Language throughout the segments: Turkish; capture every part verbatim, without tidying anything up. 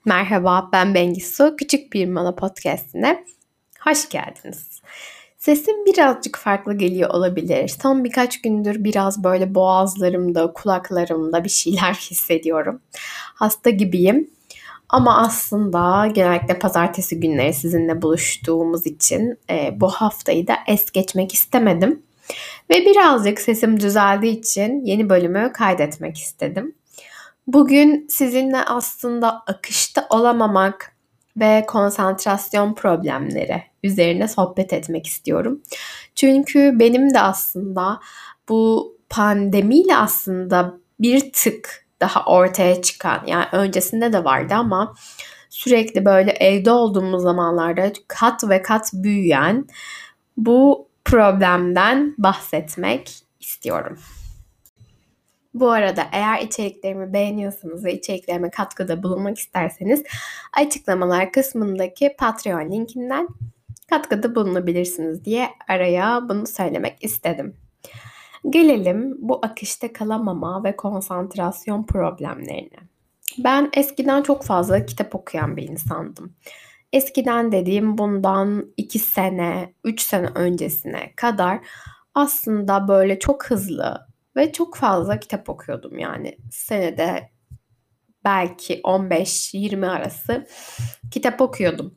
Merhaba, ben Bengisu. Küçük Bir Mola Podcast'ine hoş geldiniz. Sesim birazcık farklı geliyor olabilir. Son birkaç gündür biraz böyle boğazlarımda, kulaklarımda bir şeyler hissediyorum. Hasta gibiyim. Ama aslında genellikle pazartesi günleri sizinle buluştuğumuz için e, bu haftayı da es geçmek istemedim. Ve birazcık sesim düzeldiği için yeni bölümü kaydetmek istedim. Bugün sizinle aslında akışta olamamak ve konsantrasyon problemleri üzerine sohbet etmek istiyorum. Çünkü benim de aslında bu pandemiyle aslında bir tık daha ortaya çıkan, yani öncesinde de vardı ama sürekli böyle evde olduğumuz zamanlarda kat ve kat büyüyen bu problemden bahsetmek istiyorum. Bu arada eğer içeriklerimi beğeniyorsanız ve içeriklerime katkıda bulunmak isterseniz açıklamalar kısmındaki Patreon linkinden katkıda bulunabilirsiniz diye araya bunu söylemek istedim. Gelelim bu akışta kalamama ve konsantrasyon problemlerine. Ben eskiden çok fazla kitap okuyan bir insandım. Eskiden dediğim bundan iki sene, üç sene öncesine kadar aslında böyle çok hızlı ve çok fazla kitap okuyordum, yani senede belki on beş yirmi arası kitap okuyordum.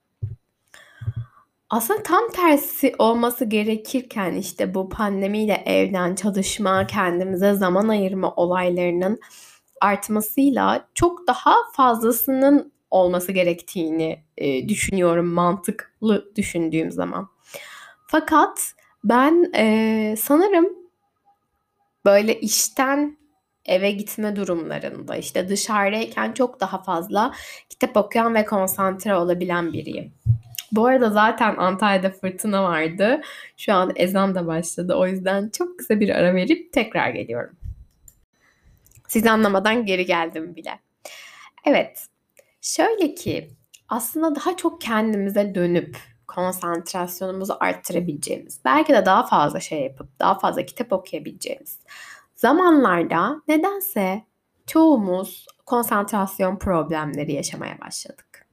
Aslında tam tersi olması gerekirken işte bu pandemiyle evden çalışma, kendimize zaman ayırma olaylarının artmasıyla çok daha fazlasının olması gerektiğini e, düşünüyorum mantıklı düşündüğüm zaman. Fakat ben e, sanırım böyle işten eve gitme durumlarında işte dışarıdayken çok daha fazla kitap okuyan ve konsantre olabilen biriyim. Bu arada zaten Antalya'da fırtına vardı. Şu an ezan da başladı. O yüzden çok kısa bir ara verip tekrar geliyorum. Sizi anlamadan geri geldim bile. Evet, şöyle ki aslında daha çok kendimize dönüp konsantrasyonumuzu arttırabileceğimiz, belki de daha fazla şey yapıp daha fazla kitap okuyabileceğimiz zamanlarda nedense çoğumuz konsantrasyon problemleri yaşamaya başladık.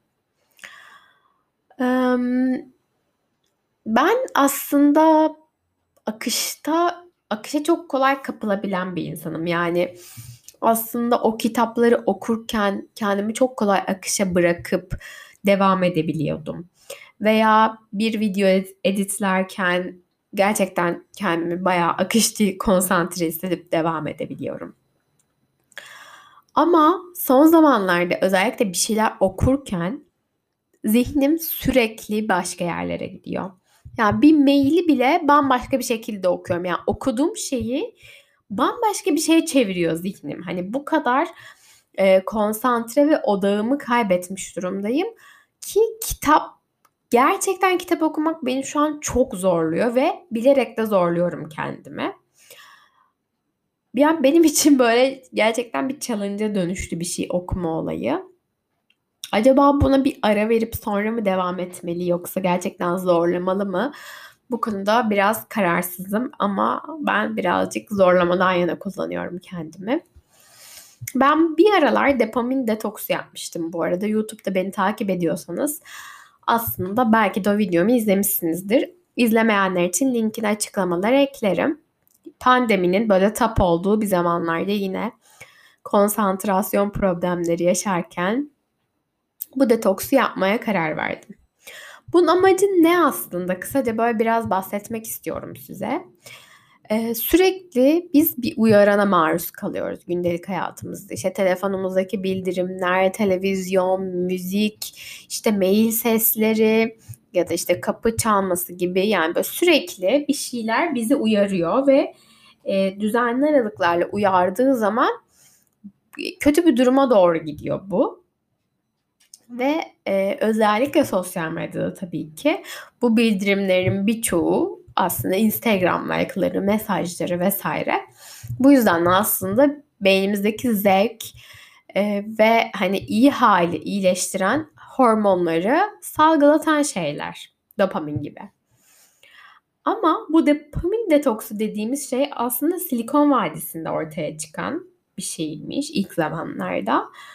Ben aslında akışta akışa çok kolay kapılabilen bir insanım. Yani aslında o kitapları okurken kendimi çok kolay akışa bırakıp devam edebiliyordum. Veya bir video editlerken gerçekten kendimi bayağı akışta konsantre hissedip devam edebiliyorum. Ama son zamanlarda özellikle bir şeyler okurken zihnim sürekli başka yerlere gidiyor. Yani bir maili bile bambaşka bir şekilde okuyorum. Yani okuduğum şeyi bambaşka bir şeye çeviriyor zihnim. Hani bu kadar e, konsantre ve odağımı kaybetmiş durumdayım ki kitap gerçekten kitap okumak beni şu an çok zorluyor ve bilerek de zorluyorum kendimi. Yani benim için böyle gerçekten bir challenge'a dönüştü bir şey okuma olayı. Acaba buna bir ara verip sonra mı devam etmeli yoksa gerçekten zorlamalı mı? Bu konuda biraz kararsızım ama ben birazcık zorlamadan yana kullanıyorum kendimi. Ben bir aralar dopamin detoksu yapmıştım bu arada. YouTube'da beni takip ediyorsanız aslında belki de o videomu izlemişsinizdir. İzlemeyenler için linkini açıklamalara eklerim. Pandeminin böyle tap olduğu bir zamanlarda yine konsantrasyon problemleri yaşarken bu detoksu yapmaya karar verdim. Bunun amacı ne aslında? Kısaca böyle biraz bahsetmek istiyorum size. Ee, sürekli biz bir uyarana maruz kalıyoruz gündelik hayatımızda. İşte telefonumuzdaki bildirimler, televizyon, müzik, işte mail sesleri ya da işte kapı çalması gibi, yani böyle sürekli bir şeyler bizi uyarıyor ve e, düzenli aralıklarla uyardığı zaman kötü bir duruma doğru gidiyor bu. Ve e, özellikle sosyal medyada tabii ki bu bildirimlerin birçoğu aslında Instagram like'ları, mesajları vesaire. Bu yüzden aslında beynimizdeki zevk e, ve hani iyi hali iyileştiren hormonları salgılatan şeyler. Dopamin gibi. Ama bu dopamin detoksu dediğimiz şey aslında Silikon Vadisi'nde ortaya çıkan bir şeymiş ilk zamanlarda.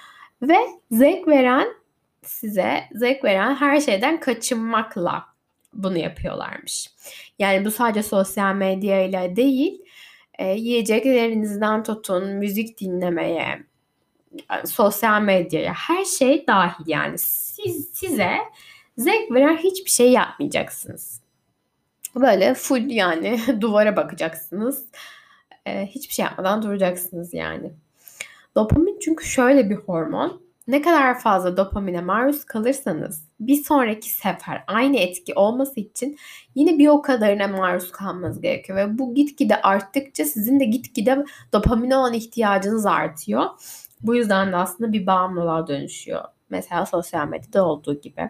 Ve zevk veren size zevk veren her şeyden kaçınmakla bunu yapıyorlarmış. Yani bu sadece sosyal medya ile değil, e, yiyeceklerinizden tutun, müzik dinlemeye, sosyal medyaya, her şey dahil yani. Siz size zevk veren hiçbir şey yapmayacaksınız. Böyle full yani duvara bakacaksınız. E, hiçbir şey yapmadan duracaksınız yani. Dopamin çünkü şöyle bir hormon. Ne kadar fazla dopamine maruz kalırsanız bir sonraki sefer aynı etki olması için yine bir o kadarına maruz kalmanız gerekiyor. Ve bu gitgide arttıkça sizin de gitgide dopamine olan ihtiyacınız artıyor. Bu yüzden de aslında bir bağımlılığa dönüşüyor. Mesela sosyal medyada olduğu gibi.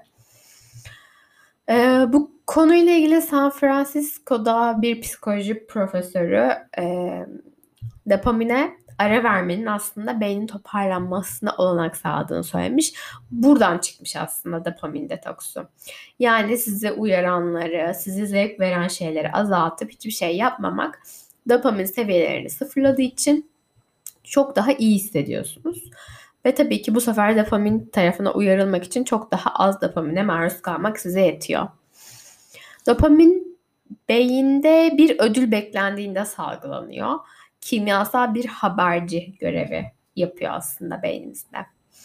Ee, bu konuyla ilgili San Francisco'da bir psikoloji profesörü e, dopamine ara vermenin aslında beynin toparlanmasına olanak sağladığını söylemiş. Buradan çıkmış aslında dopamin detoksu. Yani size uyaranları, sizi zevk veren şeyleri azaltıp hiçbir şey yapmamak dopamin seviyelerini sıfırladığı için çok daha iyi hissediyorsunuz. Ve tabii ki bu sefer dopamin tarafına uyarılmak için çok daha az dopamine maruz kalmak size yetiyor. Dopamin beyinde bir ödül beklendiğinde salgılanıyor. Kimyasal bir haberci görevi yapıyor aslında beynimizde.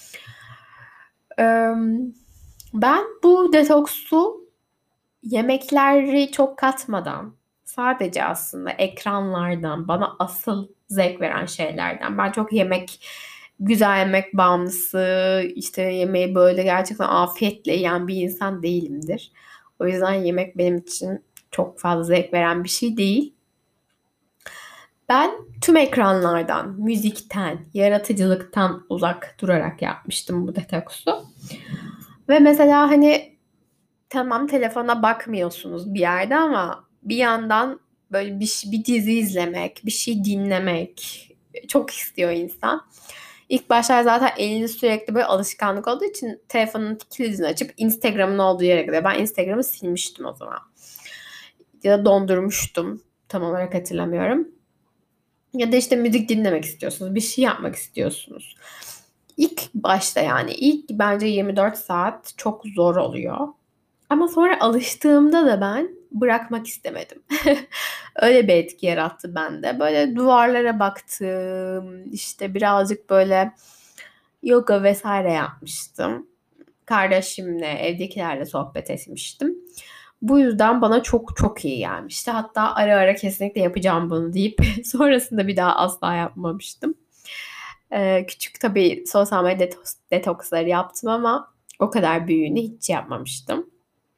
Ben bu detoksu yemekleri çok katmadan, sadece aslında ekranlardan, bana asıl zevk veren şeylerden. Ben çok yemek, güzel yemek bağımlısı, işte yemeği böyle gerçekten afiyetle yiyen bir insan değilimdir. O yüzden yemek benim için çok fazla zevk veren bir şey değil. Ben tüm ekranlardan, müzikten, yaratıcılıktan uzak durarak yapmıştım bu detoksu. Ve mesela hani tamam telefona bakmıyorsunuz bir yerde ama bir yandan böyle bir, bir dizi izlemek, bir şey dinlemek çok istiyor insan. İlk başlar zaten elini sürekli böyle alışkanlık olduğu için telefonun kilidini açıp Instagram'ın olduğu yere gidiyor. Ben Instagram'ı silmiştim o zaman. Ya da dondurmuştum. Tam olarak hatırlamıyorum. Ya da işte müzik dinlemek istiyorsunuz. Bir şey yapmak istiyorsunuz. İlk başta yani ilk bence yirmi dört saat çok zor oluyor. Ama sonra alıştığımda da ben bırakmak istemedim. Öyle bir etki yarattı bende. Böyle duvarlara baktım. İşte birazcık böyle yoga vesaire yapmıştım. Kardeşimle, evdekilerle sohbet etmiştim. Bu yüzden bana çok çok iyi gelmişti. Hatta ara ara kesinlikle yapacağım bunu deyip sonrasında bir daha asla yapmamıştım. Ee, küçük tabii sosyal medya detoks, detoksları yaptım ama o kadar büyüğünü hiç yapmamıştım.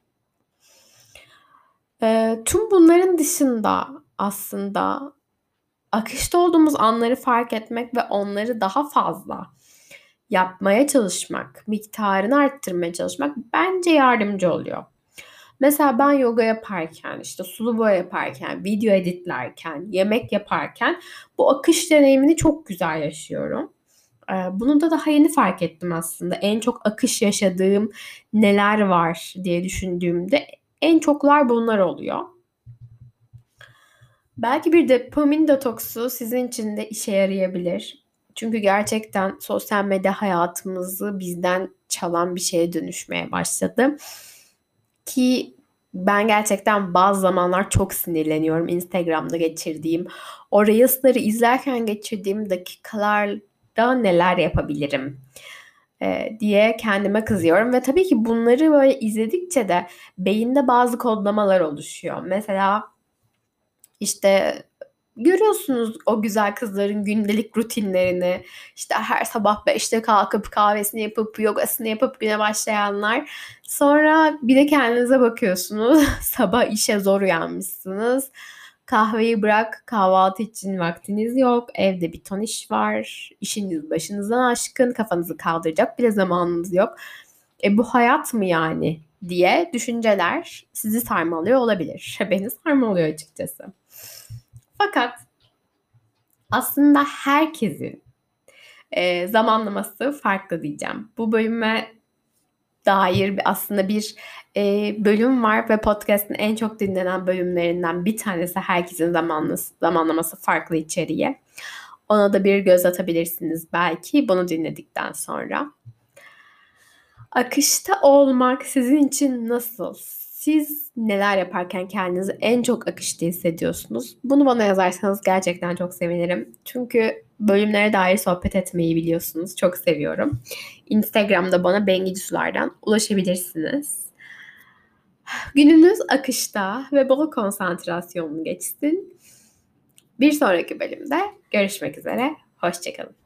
Ee, tüm bunların dışında aslında akışta olduğumuz anları fark etmek ve onları daha fazla yapmaya çalışmak, miktarını arttırmaya çalışmak bence yardımcı oluyor. Mesela ben yoga yaparken, işte sulu boya yaparken, video editlerken, yemek yaparken bu akış deneyimini çok güzel yaşıyorum. Ee, Bunu da daha yeni fark ettim aslında. En çok akış yaşadığım neler var diye düşündüğümde en çoklar bunlar oluyor. Belki bir dopamin detoksu sizin için de işe yarayabilir. Çünkü gerçekten sosyal medya hayatımızı bizden çalan bir şeye dönüşmeye başladı. Ki ben gerçekten bazı zamanlar çok sinirleniyorum Instagram'da geçirdiğim, o Reels'ları izlerken geçirdiğim dakikalarda neler yapabilirim e, diye kendime kızıyorum. Ve tabii ki bunları böyle izledikçe de beyinde bazı kodlamalar oluşuyor. Mesela işte görüyorsunuz o güzel kızların gündelik rutinlerini. İşte her sabah beşte kalkıp kahvesini yapıp yogasını yapıp güne başlayanlar. Sonra bir de kendinize bakıyorsunuz. Sabah işe zor uyanmışsınız. Kahveyi bırak, kahvaltı için vaktiniz yok. Evde bir ton iş var. İşiniz başınızdan aşkın. Kafanızı kaldıracak bile zamanınız yok. E bu hayat mı yani diye düşünceler sizi sarmalıyor olabilir. Beni sarmalıyor açıkçası. Fakat aslında herkesin e, zamanlaması farklı diyeceğim. Bu bölüme dair bir, aslında bir e, bölüm var ve podcast'ın en çok dinlenen bölümlerinden bir tanesi herkesin zamanlaması, zamanlaması farklı içeriği. Ona da bir göz atabilirsiniz belki bunu dinledikten sonra. Akışta olmak sizin için nasıl? Siz neler yaparken kendinizi en çok akışta hissediyorsunuz? Bunu bana yazarsanız gerçekten çok sevinirim. Çünkü bölümlere dair sohbet etmeyi biliyorsunuz. Çok seviyorum. Instagram'da bana Bengici Sular'dan ulaşabilirsiniz. Gününüz akışta ve bol konsantrasyonlu geçsin. Bir sonraki bölümde görüşmek üzere. Hoşça kalın.